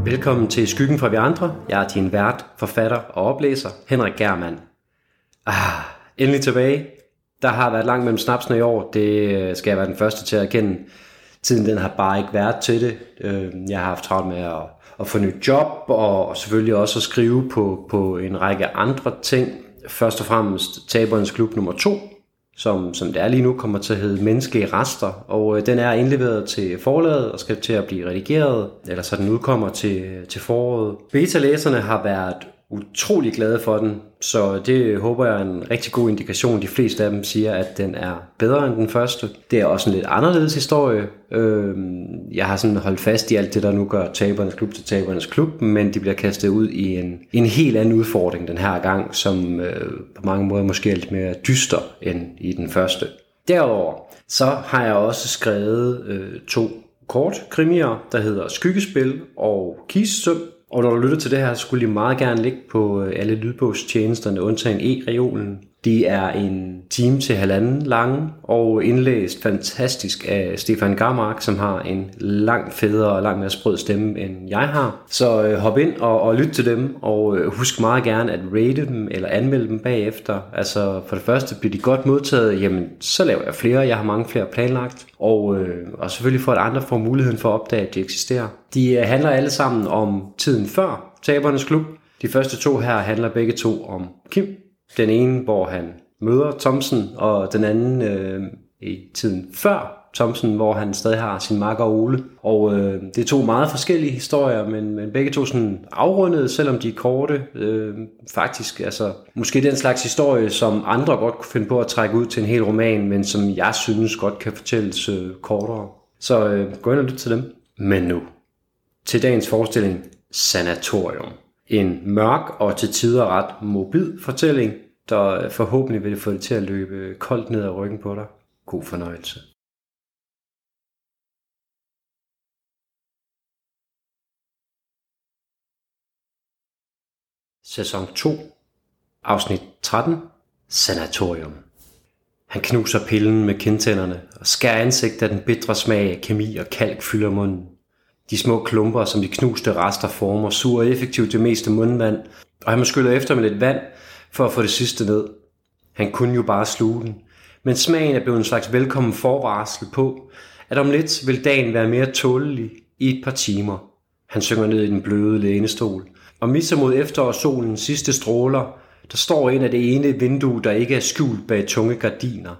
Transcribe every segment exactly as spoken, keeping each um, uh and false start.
Velkommen til Skyggen fra vi andre. Jeg er din vært, forfatter og oplæser, Henrik Germann. Ah, endelig tilbage. Der har været langt mellem snapsene i år. Det skal jeg være den første til at erkende. Tiden den har bare ikke været til det. Jeg har haft travlt med at, at få nyt job, og selvfølgelig også at skrive på, på en række andre ting. Først og fremmest Tabernes Klub nummer to, som, som det er lige nu, kommer til at hedde Menneskelige Rester, og den er indleveret til forlaget og skal til at blive redigeret, eller så den udkommer til, til foråret. Beta-læserne har været utrolig glade for den, så det håber jeg er en rigtig god indikation. De fleste af dem siger, at den er bedre end den første. Det er også en lidt anderledes historie. Jeg har sådan holdt fast i alt det, der nu gør Tabernes Klub til Tabernes Klub, men de bliver kastet ud i en, en helt anden udfordring den her gang, som på mange måder måske er lidt mere dyster end i den første. Derudover så har jeg også skrevet øh, to kortkrimier, der hedder Skyggespil og Kistesøm. Og når du lytter til det her, så skulle de meget gerne ligge på alle lydbogstjenesterne, undtagen e-reolen. De er en time til halvanden lange og indlæst fantastisk af Stefan Garmark, som har en langt federe og langt mere sprød stemme, end jeg har. Så øh, hop ind og, og lyt til dem, og øh, husk meget gerne at rate dem eller anmelde dem bagefter. Altså for det første bliver de godt modtaget, jamen så laver jeg flere, jeg har mange flere planlagt. Og, øh, og selvfølgelig for at andre får muligheden for at opdage, at de eksisterer. De øh, handler alle sammen om tiden før Tabernes Klub. De første to her handler begge to om Kim. Den ene, hvor han møder Thomsen, og den anden øh, i tiden før Thomsen, hvor han stadig har sin makker Ole. Og øh, det er to meget forskellige historier, men, men begge to sådan afrundede, selvom de er korte. Øh, faktisk, altså måske den slags historie, som andre godt kunne finde på at trække ud til en hel roman, men som jeg synes godt kan fortælles øh, kortere. Så øh, gå ind og lyt til dem. Men nu, til dagens forestilling, Sanatorium. En mørk og til tider ret mobil fortælling, der forhåbentlig vil få det til at løbe koldt ned ad ryggen på dig. God fornøjelse. Sæson to, afsnit tretten, Sanatorium. Han knuser pillen med kindtænderne og skærer ansigt af den bitre smag af kemi og kalk fylder munden. De små klumper, som de knuste rester former, suger effektivt det meste mundvand, og han må skylle efter med lidt vand for at få det sidste ned. Han kunne jo bare sluge den, men smagen er blevet en slags velkommen forvarsel på, at om lidt vil dagen være mere tålelig i et par timer. Han synger ned i den bløde lænestol, og misser mod efterårssolens sidste stråler, der står ind af det ene vindue, der ikke er skjult bag tunge gardiner.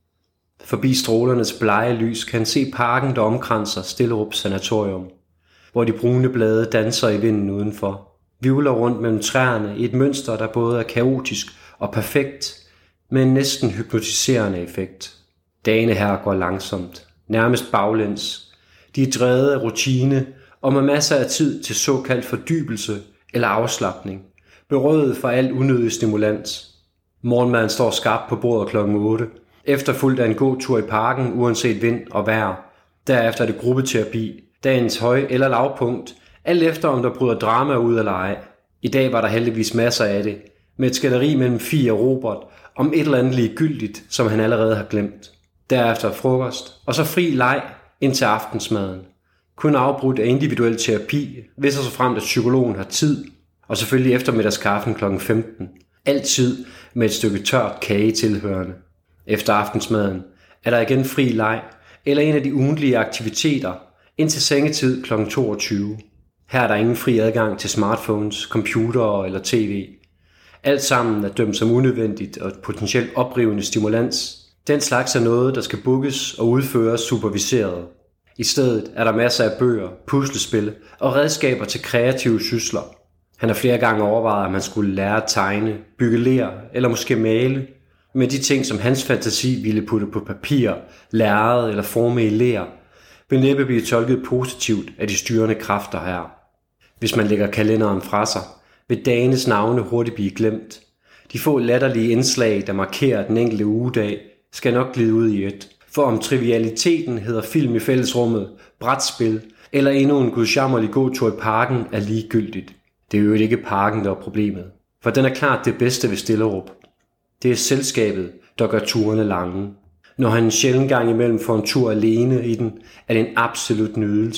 Forbi strålernes blege lys kan han se parken, der omkranser Stillerup Sanatorium, hvor de brune blade danser i vinden udenfor, vivler rundt mellem træerne i et mønster, der både er kaotisk og perfekt, med en næsten hypnotiserende effekt. Dagene her går langsomt, nærmest baglæns. De er drevet af rutine og med masser af tid til såkaldt fordybelse eller afslapning, berøvet for alt unødig stimulans. Morgenmaden står skarpt på bordet klokken otte, efterfulgt af en god tur i parken uanset vind og vejr. Derefter er det gruppeterapi, dagens høj- eller lavpunkt, alt efter om der bryder drama ud eller ej. I dag var der heldigvis masser af det, med et skænderi mellem Fie og Robert om et eller andet ligegyldigt, som han allerede har glemt. Derefter frokost, og så fri leg indtil aftensmaden. Kun afbrudt af individuel terapi, hvis og så frem, at psykologen har tid, og selvfølgelig eftermiddagskaffen klokken femten. Altid med et stykke tørt kage tilhørende. Efter aftensmaden er der igen fri leg, eller en af de ugentlige aktiviteter, indtil sengetid klokken toogtyve. Her er der ingen fri adgang til smartphones, computere eller tv. Alt sammen er dømt som unødvendigt og potentielt oprivende stimulans. Den slags er noget, der skal bookes og udføres superviseret. I stedet er der masser af bøger, puslespil og redskaber til kreative sysler. Han har flere gange overvejet, om han skulle lære at tegne, bygge ler eller måske male. Men de ting, som hans fantasi ville putte på papir, lærred eller forme i ler, vil næppe blive tolket positivt af de styrende kræfter her. Hvis man lægger kalenderen fra sig, vil dagenes navne hurtigt blive glemt. De få latterlige indslag, der markerer den enkelte ugedag, skal nok glide ud i et. For om trivialiteten hedder film i fællesrummet, brætspil eller endnu en gudsjammerlig god tur i parken er ligegyldigt. Det er jo ikke parken, der er problemet, for den er klart det bedste ved Stillerup. Det er selskabet, der gør turene lange. Når han en sjældent gang imellem får en tur alene i den, er det en absolut nydelse.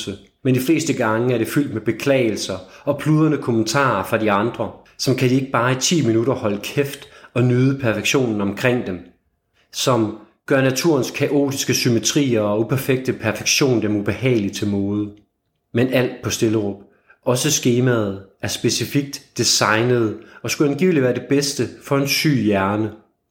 men de fleste gange er det fyldt med beklagelser og pludrende kommentarer fra de andre, som kan de ikke bare i ti minutter holde kæft og nyde perfektionen omkring dem, som gør naturens kaotiske symmetrier og uperfekte perfektion dem ubehageligt til mode. Men alt på Stillerup, også skemaet, er specifikt designet og skulle angiveligt være det bedste for en syg hjerne.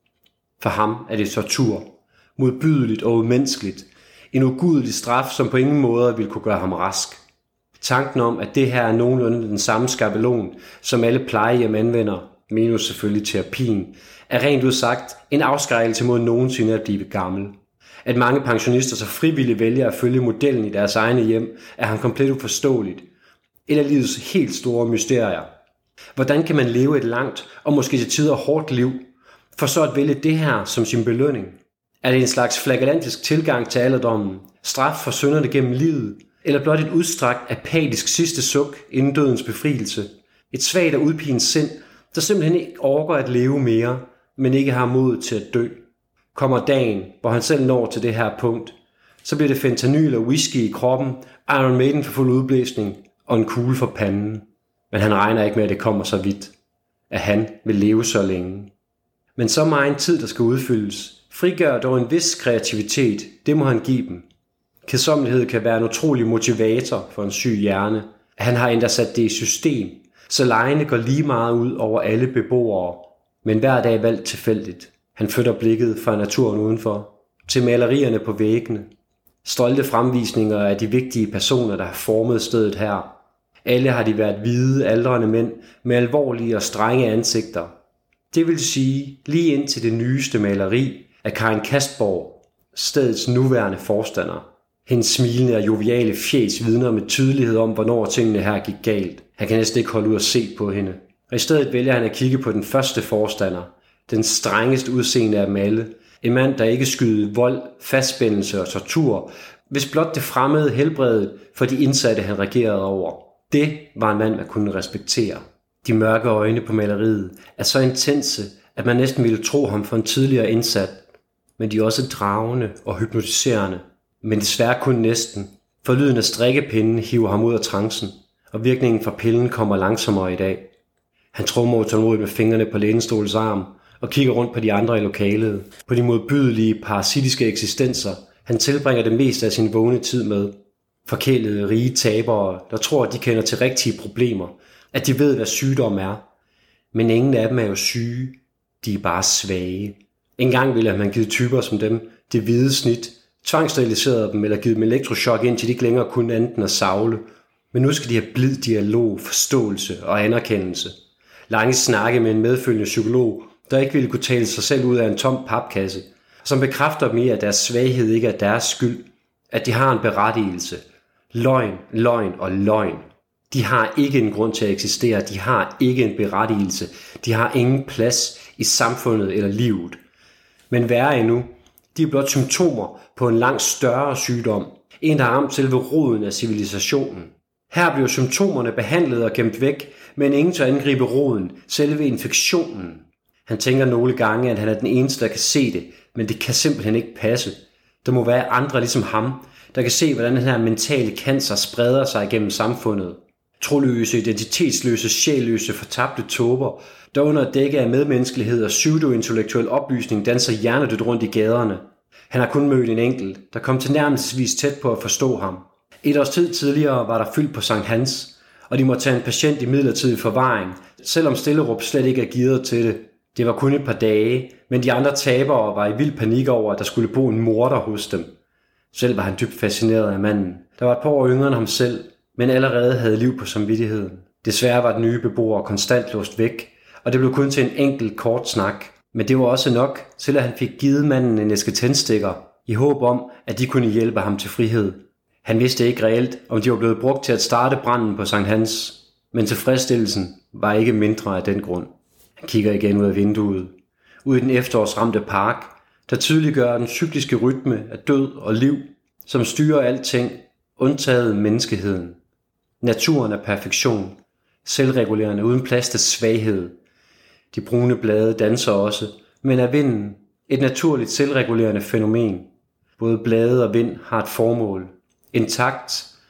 For ham er det tortur, modbydeligt og umenneskeligt, en ugudelig straf, som på ingen måde ville kunne gøre ham rask. Tanken om, at det her er nogenlunde den samme skabelon, som alle plejehjem anvender, minus selvfølgelig terapien, er rent ud sagt en afskrækkelse mod nogensinde at blive gammel. At mange pensionister så frivilligt vælger at følge modellen i deres egne hjem, er han komplet uforståeligt. Et af livets helt store mysterier. Hvordan kan man leve et langt og måske til tider hårdt liv, for så at vælge det her som sin belønning? Er det en slags flagellantisk tilgang til alderdommen, straf for synderne gennem livet, eller blot et udstrakt apatisk sidste suk inden dødens befrielse? Et svagt og udpint sind, der simpelthen ikke orker at leve mere, men ikke har mod til at dø. Kommer dagen, hvor han selv når til det her punkt, så bliver det fentanyl og whisky i kroppen, Iron Maiden for fuld udblæsning og en kugle for panden. Men han regner ikke med, at det kommer så vidt, at han vil leve så længe. Men så meget tid, der skal udfyldes, frigør dog en vis kreativitet, det må han give dem. Kedsommelighed kan være en utrolig motivator for en syg hjerne, at han har endda sat det i system, så legene går lige meget ud over alle beboere, men hver dag valgt tilfældigt. Han flytter blikket fra naturen udenfor, til malerierne på væggene. Stolte fremvisninger af de vigtige personer, der har formet stedet her. Alle har de været hvide, aldrende mænd med alvorlige og strenge ansigter. Det vil sige lige indtil det nyeste maleri af Karin Kastborg, stedets nuværende forstander. Hendes smilende og joviale fjes vidner med tydelighed om, hvornår tingene her gik galt. Han kan næsten ikke holde ud at se på hende. Og i stedet vælger han at kigge på den første forstander, den strengest udseende af dem alle. En mand, der ikke skyder vold, fastspændelse og tortur, hvis blot det fremmede helbredet for de indsatte, han regerede over. Det var en mand, man kunne respektere. De mørke øjne på maleriet er så intense, at man næsten ville tro ham for en tidligere indsat. Men de er også dragende og hypnotiserende. Men desværre kun næsten, for lyden af strikkepinden hiver ham ud af trancen, og virkningen fra pillen kommer langsommere i dag. Han trummer utålmodigt med fingrene på lænestolens arm og kigger rundt på de andre i lokalet, på de modbydelige parasitiske eksistenser, han tilbringer det meste af sin vågne tid med. Forkælede, rige tabere, der tror, at de kender til rigtige problemer, at de ved, hvad sygdom er. Men ingen af dem er jo syge, de er bare svage. Engang ville han have givet typer som dem det hvide snit, tvangssteriliseret dem eller givet dem elektroshock, indtil de ikke længere kunne andet end at savle. Men nu skal de have blid dialog, forståelse og anerkendelse. Lange snakke med en medfølgende psykolog, der ikke ville kunne tale sig selv ud af en tom papkasse, som bekræfter dem i, at deres svaghed ikke er deres skyld, at de har en berettigelse. Løgn, løgn og løgn. De har ikke en grund til at eksistere, de har ikke en berettigelse, de har ingen plads i samfundet eller livet. Men værre endnu, de er blot symptomer på en langt større sygdom, en der har ramt selve roden af civilisationen. Her bliver symptomerne behandlet og gemt væk, men ingen tør angribe roden, selve infektionen. Han tænker nogle gange, at han er den eneste, der kan se det, men det kan simpelthen ikke passe. Der må være andre ligesom ham, der kan se, hvordan den her mentale cancer spreder sig gennem samfundet. Troløse, identitetsløse, sjælløse, fortabte tåber, der under dække af medmenneskelighed og pseudo-intellektuel oplysning danser hjernedødt rundt i gaderne. Han har kun mødt en enkelt, der kom tilnærmelsesvis tæt på at forstå ham. Et års tid tidligere var der fyldt på Sankt Hans, og de måtte tage en patient i midlertidig forvaring, selvom Stillerup slet ikke er gearet til det. Det var kun et par dage, men de andre tabere var i vild panik over, at der skulle bo en morder hos dem. Selv var han dybt fascineret af manden, der var et par år yngre end ham selv, men allerede havde liv på samvittigheden. Desværre var den nye beboer konstant låst væk, og det blev kun til en enkelt kort snak. Men det var også nok til, at han fik givet manden en æske tændstikker, i håb om, at de kunne hjælpe ham til frihed. Han vidste ikke reelt, om de var blevet brugt til at starte branden på Sankt Hans, men tilfredsstillelsen var ikke mindre af den grund. Han kigger igen ud af vinduet, ud i den efterårsramte park, der tydeliggør den cykliske rytme af død og liv, som styrer alting, undtaget menneskeheden. Naturen er perfektion, selvregulerende uden plads til svaghed. De brune blade danser også, men er vinden et naturligt selvregulerende fænomen. Både blade og vind har et formål, en takt,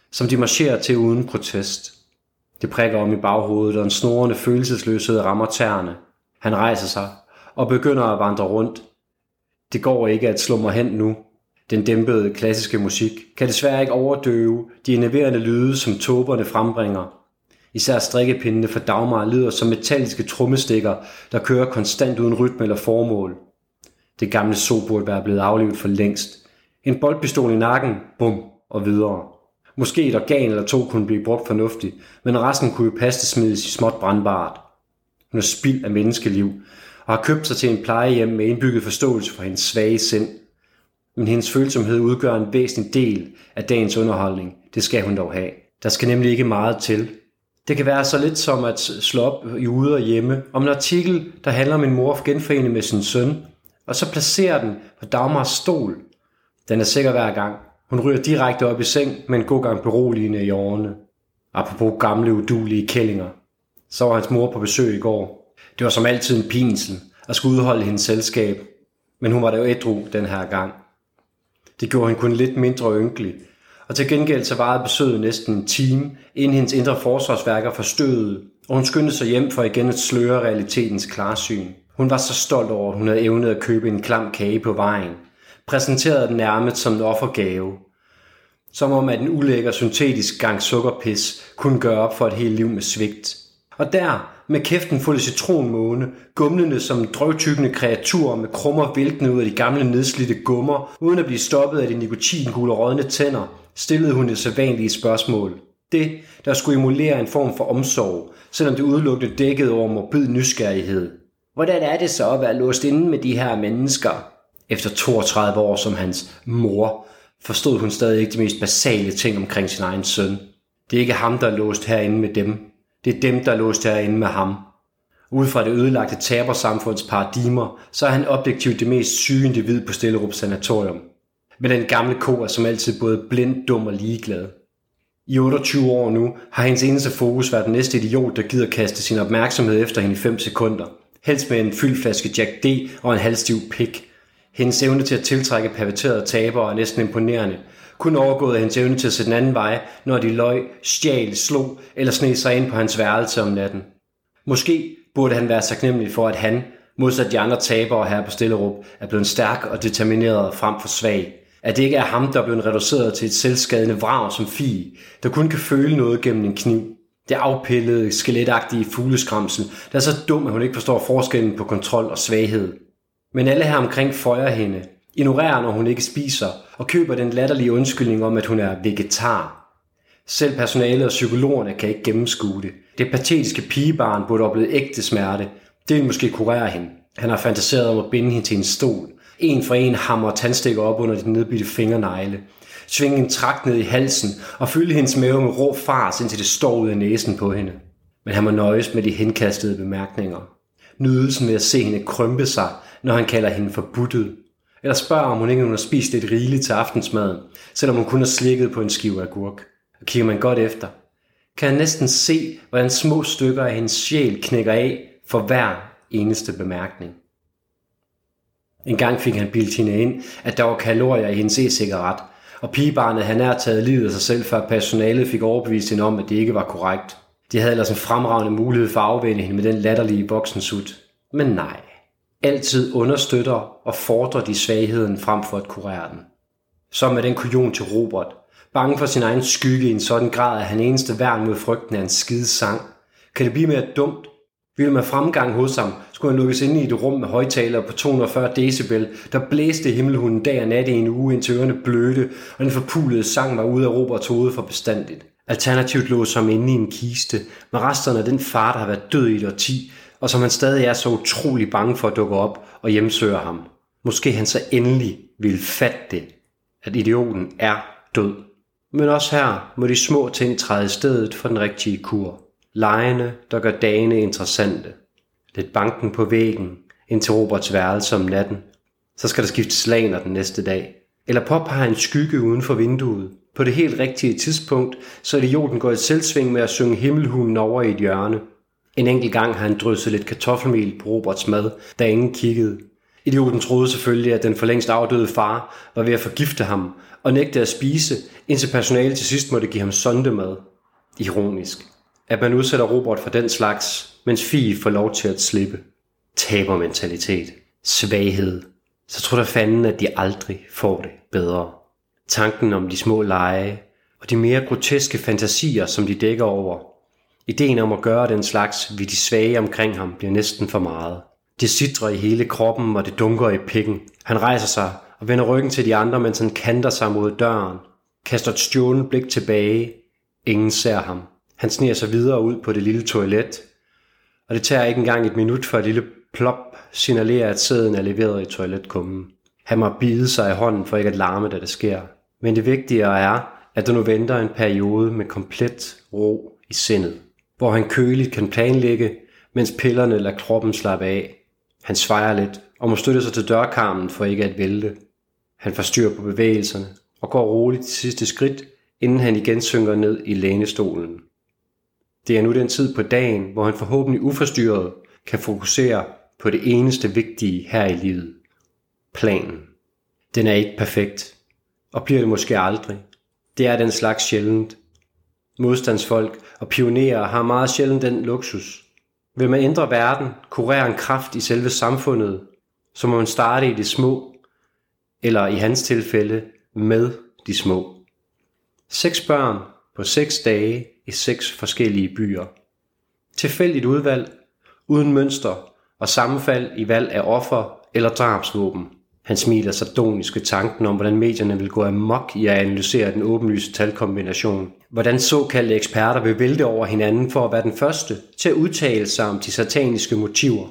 som de marcherer til uden protest. Det prikker om i baghovedet, og en snorende følelsesløshed rammer tæerne. Han rejser sig og begynder at vandre rundt. Det går ikke at slå mig hen nu. Den dæmpede klassiske musik kan desværre ikke overdøve de enerverende lyde, som tåberne frembringer. Især strikkepindene for Dagmar lyder som metalliske trommestikker, der kører konstant uden rytme eller formål. Det gamle so burde være blevet aflevet for længst. En boldpistol i nakken, bum, og videre. Måske et organ eller to kunne blive brugt fornuftigt, men resten kunne jo passe smides i småt brandbart. Hun er spild af menneskeliv, og har købt sig til en plejehjem med indbygget forståelse for hendes svage sind. Men hendes følsomhed udgør en væsentlig del af dagens underholdning. Det skal hun dog have. Der skal nemlig ikke meget til. Det kan være så lidt som at slå op i ude og hjemme om en artikel, der handler om en mor genforening med sin søn, og så placerer den på Dagmars stol. Den er sikker hver gang. Hun ryger direkte op i seng med en god gang beroligende i årene. Apropos gamle, uduelige kællinger. Så var hans mor på besøg i går. Det var som altid en pinsel at skulle udholde hendes selskab, men hun var da jo ædru den her gang. Det gjorde hende kun lidt mindre ynkelig, og til gengæld så varede besøget næsten en time, inden hendes indre forsvarsværker forstøvede, og hun skyndte sig hjem for igen at sløre realitetens klarsyn. Hun var så stolt over, at hun havde evnet at købe en klam kage på vejen, præsenterede den nærmest som en offergave. Som om at en ulækker syntetisk gang sukkerpis kunne gøre op for et helt liv med svigt. Og der, med kæften fuld af citronmåne, gumlende som en drøvtykkende kreatur med krummer væltende ud af de gamle nedslidte gummer, uden at blive stoppet af de nikotingule rådne tænder, stillede hun det sædvanlige spørgsmål. Det, der skulle emulere en form for omsorg, selvom det udelukkende dækkede over morbid nysgerrighed. Hvordan er det så at være låst inde med de her mennesker? Efter toogtredive år som hans mor, forstod hun stadig ikke de mest basale ting omkring sin egen søn. Det er ikke ham, der er låst herinde med dem. Det er dem, der er låst herinde med ham. Ud fra det ødelagte tabersamfunds paradigmer, så er han objektivt det mest syge individ på Stellerup Sanatorium. Men den gamle ko er som altid både blind, dum og ligeglad. I otteogtyve år nu har hendes eneste fokus været den næste idiot, der gider kaste sin opmærksomhed efter hende i fem sekunder. Helst med en fyldt flaske Jack D og en halvstiv pik. Hendes evne til at tiltrække perverterede tabere er næsten imponerende. Kun overgået af hendes evne til at sætte en anden vej, når de løg, stjal, slog eller sneg sig ind på hans værelse om natten. Måske burde han være taknemmelig for, at han, modsat de andre tabere her på Stellerup, er blevet stærk og determineret frem for svag. At det ikke er ham, der er blevet reduceret til et selvskadende vrag som Fie, der kun kan føle noget gennem en kniv. Det afpillede, skeletagtige fugleskramsel, der er så dum, at hun ikke forstår forskellen på kontrol og svaghed. Men alle her omkring føjer hende, ignorerer, når hun ikke spiser, og køber den latterlige undskyldning om, at hun er vegetar. Selv personalet og psykologerne kan ikke gennemskue det. Det patetiske pigebarn burde opleve ægte smerte. Det vil måske kurere hende. Han har fantaseret om at binde hende til en stol. En for en hammer tandstikker op under de nedbidte fingernegle. Svinge en trakt ned i halsen og fylde hendes mave med rå fars, indtil det står ud af næsen på hende. Men han må nøjes med de henkastede bemærkninger. Nydelsen ved at se hende krympe sig, når han kalder hende for buttet. Eller spørger, om hun ikke hun har spist lidt rigeligt til aftensmaden, selvom hun kun har slikket på en skive agurk. Og kigger man godt efter, kan han næsten se, hvordan små stykker af hendes sjæl knækker af for hver eneste bemærkning. En gang fik han bildt hende ind, at der var kalorier i hendes e-cigaret, og pigebarnet havde nær taget livet af sig selv, før personalet fik overbevist hende om, at det ikke var korrekt. De havde ellers en fremragende mulighed for at afvænne hende med den latterlige voksensut. Men nej. Altid understøtter og fordrer de svagheden frem for at kurere den. Som med den kujon til Robert. Bange for sin egen skygge i en sådan grad, at han eneste værn mod frygten er en skide sang. Kan det blive mere dumt? Ville med fremgang hos ham, skulle han lukkes inde i et rum med højtalere på to hundrede og fyrre decibel, der blæste himmelhunden dag og nat i en uge, indtil ørerne blødte, og den forpulede sang var ude af Roberts hoved for bestandigt. Alternativt lå som inde i en kiste, med resterne af den far, der har været død i et årti, og som han stadig er så utrolig bange for at dukke op og hjemsøge ham. Måske han så endelig ville fatte det, at idioten er død. Men også her må de små ting træde i stedet for den rigtige kur. Legene, der gør dagene interessante. Lidt banken på væggen ind til Roberts værelse om natten. Så skal der skiftes laner den næste dag. Eller påpege en skygge uden for vinduet. På det helt rigtige tidspunkt, så idioten går i selvsving med at synge himmelhunden over i et hjørne. En enkelt gang har han drysset lidt kartoffelmel på Roberts mad, da ingen kiggede. Idioten troede selvfølgelig, at den for længst afdøde far var ved at forgifte ham og nægte at spise, indtil personalet til sidst måtte give ham sondemad. Ironisk, at man udsætter Robert for den slags, mens Fie får lov til at slippe. Tabermentalitet. Svaghed. Så tror der fanden, at de aldrig får det bedre. Tanken om de små lege og de mere groteske fantasier, som de dækker over. Ideen om at gøre den slags ved de svage omkring ham bliver næsten for meget. Det sitrer i hele kroppen, og det dunker i pikken. Han rejser sig og vender ryggen til de andre, mens han kanter sig mod døren. Kaster et stjålent blik tilbage. Ingen ser ham. Han sniger sig videre ud på det lille toilet. Og det tager ikke engang et minut, før et lille plop signalerer, at sæden er leveret i toiletkummen. Han må bide sig i hånden for ikke at larme, da det sker. Men det vigtigere er, at der nu venter en periode med komplet ro i sindet, hvor han køligt kan planlægge, mens pillerne lader kroppen slappe af. Han svejer lidt og må støtte sig til dørkarmen for ikke at vælte. Han får styr på bevægelserne og går roligt de sidste skridt, inden han igen synker ned i lænestolen. Det er nu den tid på dagen, hvor han forhåbentlig uforstyrret kan fokusere på det eneste vigtige her i livet. Planen. Den er ikke perfekt, og bliver det måske aldrig. Det er den slags sjældent. Modstandsfolk og pionerer har meget sjældent den luksus. Vil man ændre verden, kurere en kraft i selve samfundet, så må man starte i de små, eller i hans tilfælde med de små. Seks børn på seks dage i seks forskellige byer. Tilfældigt udvalg, uden mønster og sammenfald i valg af offer eller drabsvåben. Han smiler sardonisk ved tanken om, hvordan medierne vil gå amok i at analysere den åbenlyse talkombination. Hvordan såkaldte eksperter vil vælte over hinanden for at være den første til at udtale sig om de sataniske motiver.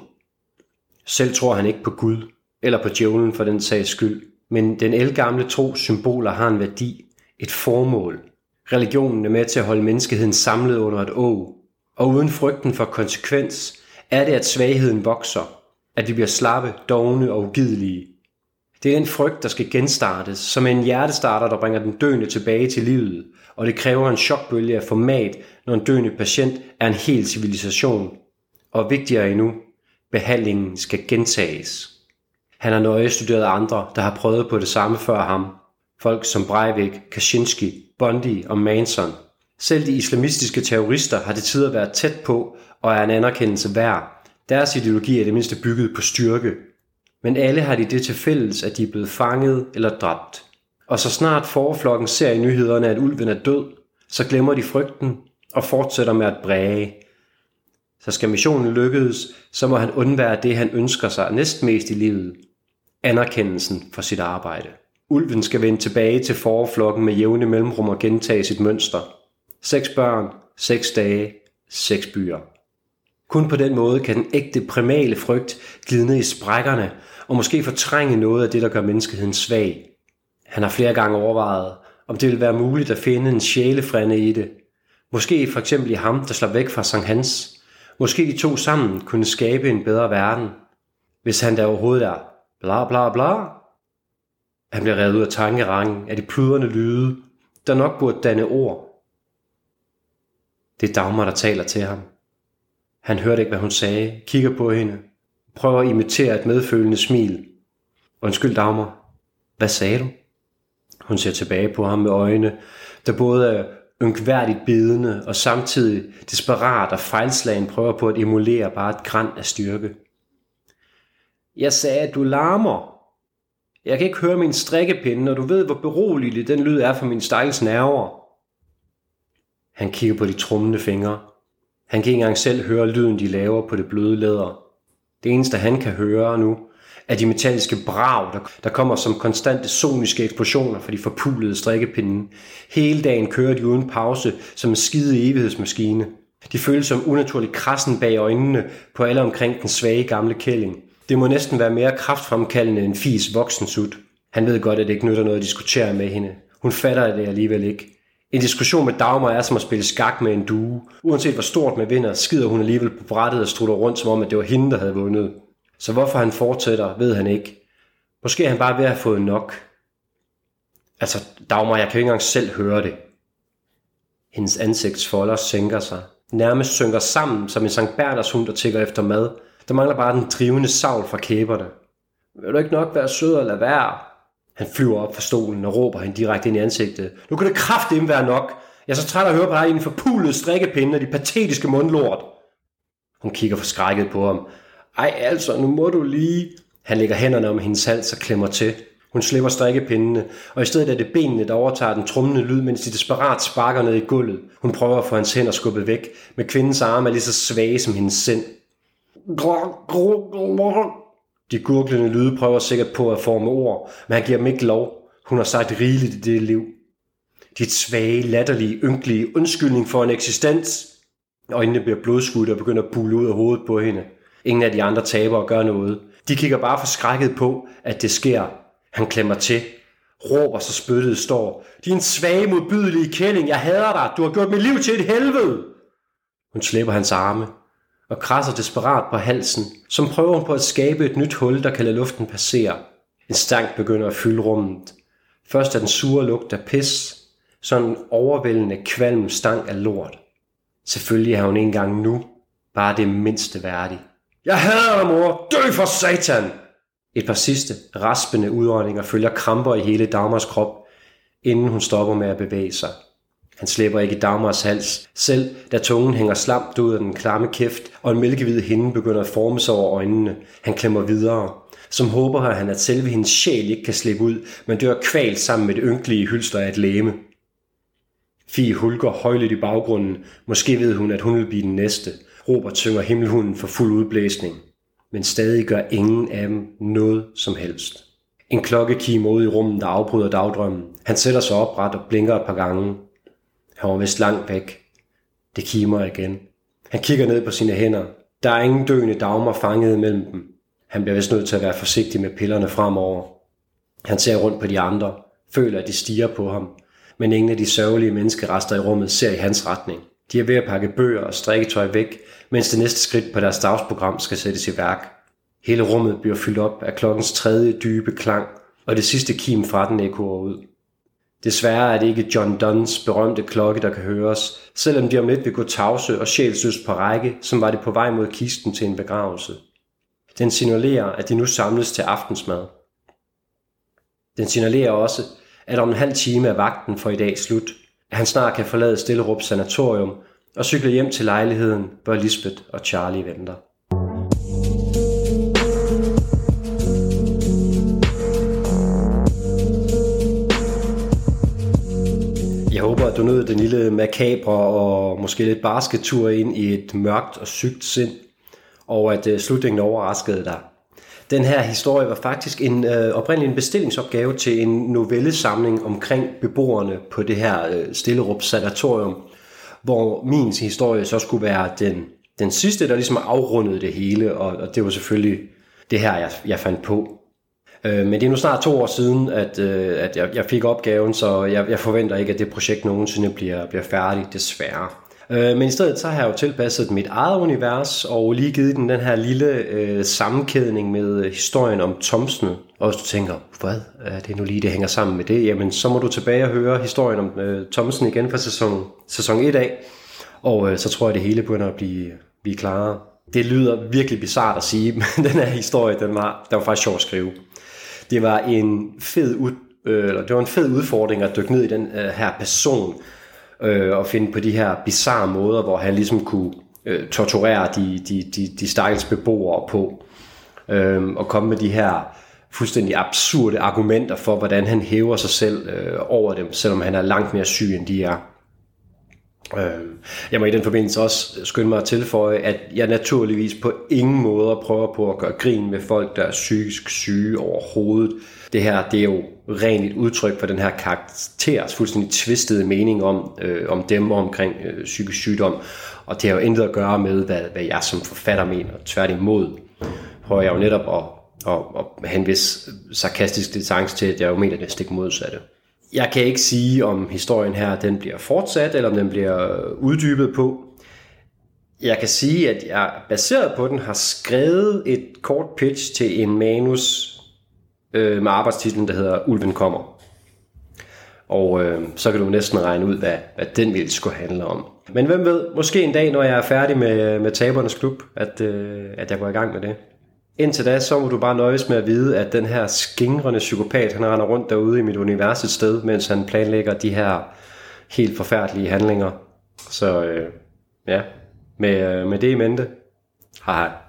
Selv tror han ikke på Gud, eller på djævlen for den sags skyld. Men den ældgamle tros symboler har en værdi, et formål. Religionen er med til at holde menneskeheden samlet under et åg. Og uden frygten for konsekvens er det, at svagheden vokser. At vi bliver slappe, dovne og ugidelige. Det er en frygt, der skal genstartes, som en hjertestarter, der bringer den døende tilbage til livet, og det kræver en chokbølge af format, når en døende patient er en hel civilisation. Og vigtigere endnu, behandlingen skal gentages. Han har nøje studeret andre, der har prøvet på det samme før ham. Folk som Breivik, Kaczynski, Bundy og Manson. Selv de islamistiske terrorister har til tider været tæt på og er en anerkendelse værd. Deres ideologi er det mindste bygget på styrke. Men alle har de det til fælles, at de er blevet fanget eller dræbt. Og så snart forflokken ser i nyhederne, at ulven er død, så glemmer de frygten og fortsætter med at bræge. Så skal missionen lykkes, så må han undvære det, han ønsker sig næstmest i livet. Anerkendelsen for sit arbejde. Ulven skal vende tilbage til forflokken med jævne mellemrum og gentage sit mønster. Seks børn, seks dage, seks byer. Kun på den måde kan den ægte primale frygt glide ned i sprækkerne og måske fortrænge noget af det, der gør menneskeheden svag. Han har flere gange overvejet, om det vil være muligt at finde en sjælefrænde i det. Måske for eksempel i ham, der slap væk fra Sankt Hans. Måske de to sammen kunne skabe en bedre verden. Hvis han der overhovedet er bla bla bla. Han bliver revet ud af tankerangen af de pludrende lyde, der nok burde danne ord. Det er Dagmar, der taler til ham. Han hørte ikke, hvad hun sagde, kigger på hende, prøver at imitere et medfølende smil. Undskyld, Dagmar. Hvad sagde du? Hun ser tilbage på ham med øjne, der både er ynkværdigt bidende og samtidig desperat og fejlslagen prøver på at emulere bare et gran af styrke. Jeg sagde, at du larmer. Jeg kan ikke høre min strikkepinde, og du ved, hvor beroligende den lyd er for min stakkels nerver. Han kigger på de trummende fingre. Han kan ikke engang selv høre lyden, de laver på det bløde læder. Det eneste, han kan høre nu, er de metalliske brag, der, der kommer som konstante soniske eksplosioner fra de forpulede strikkepinde. Hele dagen kører de uden pause som en skide evighedsmaskine. De føles som unaturlig krassen bag øjnene på alle omkring den svage gamle kælling. Det må næsten være mere kraftfremkaldende end Fies voksensut. Han ved godt, at det ikke nytter noget at diskutere med hende. Hun fatter det alligevel ikke. En diskussion med Dagmar er som at spille skak med en due. Uanset hvor stort man vinder, skider hun alligevel på brættet og strutter rundt, som om at det var hende, der havde vundet. Så hvorfor han fortsætter, ved han ikke. Måske er han bare ved at have fået nok. Altså, Dagmar, jeg kan ikke engang selv høre det. Hendes ansigtsfolder sænker sig. Nærmest synker sammen som en Sankt Berners hund, der tigger efter mad. Der mangler bare den drivende savl fra kæberne. Vil du ikke nok være sød og lade være? Han flyver op fra stolen og råber hende direkte ind i ansigtet. Nu kan det kraftedeme være nok. Jeg er så træt af at høre på dig i en forpulet strikkepinde og de patetiske mundlort. Hun kigger forskrækket på ham. Ej altså, nu må du lige... Han lægger hænderne om hendes hals og klemmer til. Hun slipper strikkepindene, og i stedet er det benene, der overtager den trummende lyd, mens de desperat sparker ned i gulvet. Hun prøver at få hans hænder skubbet væk, men kvindens arme er lige så svage som hendes sind. De gurglende lyde prøver sikkert på at forme ord, men han giver dem ikke lov. Hun har sagt rigeligt i det liv. Dit svage, latterlige, ynkelige undskyldning for en eksistens. Øjnene bliver blodskudte og begynder at bule ud af hovedet på hende. Ingen af de andre tabere gør noget. De kigger bare forskrækket på, at det sker. Han klemmer til, råber så spyttet står. Din svage, modbydelige kælling, jeg hader dig. Du har gjort mit liv til et helvede. Hun slipper hans arme og krasser desperat på halsen, som prøver hun på at skabe et nyt hul, der kan lade luften passere. En stank begynder at fylde rummet. Først er den sure lugt af pis, sådan en overvældende kvalm stank af lort. Selvfølgelig er hun ikke engang nu bare det mindste værdig. Jeg hader dig, mor! Dø for satan! Et par sidste, raspende udåndinger følger kramper i hele Dagmars krop, inden hun stopper med at bevæge sig. Han slipper ikke i Dagmars hals, selv da tungen hænger slamt ud af den klamme kæft, og en mælkehvid hinde begynder at forme sig over øjnene. Han klemmer videre, som håber han, at selve hendes sjæl ikke kan slippe ud, men dør kvalt sammen med det ynkelige hylster af et læme. Fie hulker højligt i baggrunden. Måske ved hun, at hun vil blive den næste. Robert synger himmelhunden for fuld udblæsning. Men stadig gør ingen af dem noget som helst. En klokke kimer ud i rummet, der afbryder dagdrømmen. Han sætter sig opret og blinker et par gange. Han var vist langt væk. Det kimer igen. Han kigger ned på sine hænder. Der er ingen døende Dagmar fanget mellem dem. Han bliver vist nødt til at være forsigtig med pillerne fremover. Han ser rundt på de andre, føler at de stiger på ham. Men ingen af de sørgelige menneskerester i rummet ser i hans retning. De er ved at pakke bøger og strikketøj væk, mens det næste skridt på deres dagsprogram skal sættes i værk. Hele rummet bliver fyldt op af klokkens tredje dybe klang, og det sidste kim fra den ekkoer ud. Desværre er det ikke John Donnes berømte klokke, der kan høres, selvom de om lidt vil gå tavse og sjælsløst på række, som var det på vej mod kisten til en begravelse. Den signalerer, at de nu samles til aftensmad. Den signalerer også, at om en halv time er vagten for i dag slut, at han snart kan forlade Stillerup Sanatorium og cykle hjem til lejligheden, hvor Lisbeth og Charlie venter. Jeg håber, at du nød den lille makabre og måske lidt barske tur ind i et mørkt og sygt sind, og at uh, slutningen overraskede dig. Den her historie var faktisk en øh, oprindelig en bestillingsopgave til en novellesamling omkring beboerne på det her øh, Stillerup Sanatorium, hvor min historie så skulle være den, den sidste, der ligesom afrundede det hele, og, og det var selvfølgelig det her, jeg, jeg fandt på. Øh, men det er nu snart to år siden, at, øh, at jeg, jeg fik opgaven, så jeg, jeg forventer ikke, at det projekt nogensinde bliver, bliver færdigt, desværre. Men i stedet så har jeg jo tilpasset mit eget univers og lige givet den den her lille øh, sammenkædning med historien om Thomsen. Og hvis du tænker, hvad er det nu lige, det hænger sammen med det? Jamen så må du tilbage og høre historien om øh, Thomsen igen fra sæson, sæson et af. Og øh, så tror jeg, det hele begynder at blive, blive klarere. Det lyder virkelig bizart at sige, men den her historie, den var, den var faktisk sjov at skrive. Det var en fed, ud, øh, det var en fed udfordring at dykke ned i den øh, her person, og finde på de her bizarre måder, hvor han ligesom kunne øh, torturere de, de, de, de stakkels beboere på, øh, og komme med de her fuldstændig absurde argumenter for, hvordan han hæver sig selv øh, over dem, selvom han er langt mere syg, end de er. Øh, jeg må i den forbindelse også skynde mig at tilføje, at jeg naturligvis på ingen måde prøver på at gøre grin med folk, der er psykisk syge overhovedet. Det her, det er jo rent et udtryk for den her karakters fuldstændig tvistede mening om, øh, om dem og omkring øh, psykisk sygdom. Og det har jo intet at gøre med, hvad, hvad jeg som forfatter mener. Tværtimod prøver jeg jo netop at, at, at have en vis sarkastisk distance til, at jeg jo mener det stik modsatte. Jeg kan ikke sige, om historien her den bliver fortsat, eller om den bliver uddybet på. Jeg kan sige, at jeg baseret på den har skrevet et kort pitch til en manus øh, med arbejdstitlen, der hedder Ulven kommer. Og øh, så kan du næsten regne ud, hvad, hvad den vil skulle handle om. Men hvem ved, måske en dag, når jeg er færdig med, med Tabernes Klub, at, øh, at jeg går i gang med det. Indtil da, så må du bare nøjes med at vide, at den her skingrende psykopat, han render rundt derude i mit univers et sted, mens han planlægger de her helt forfærdelige handlinger. Så øh, ja, med, øh, med det i mente. Hej hej.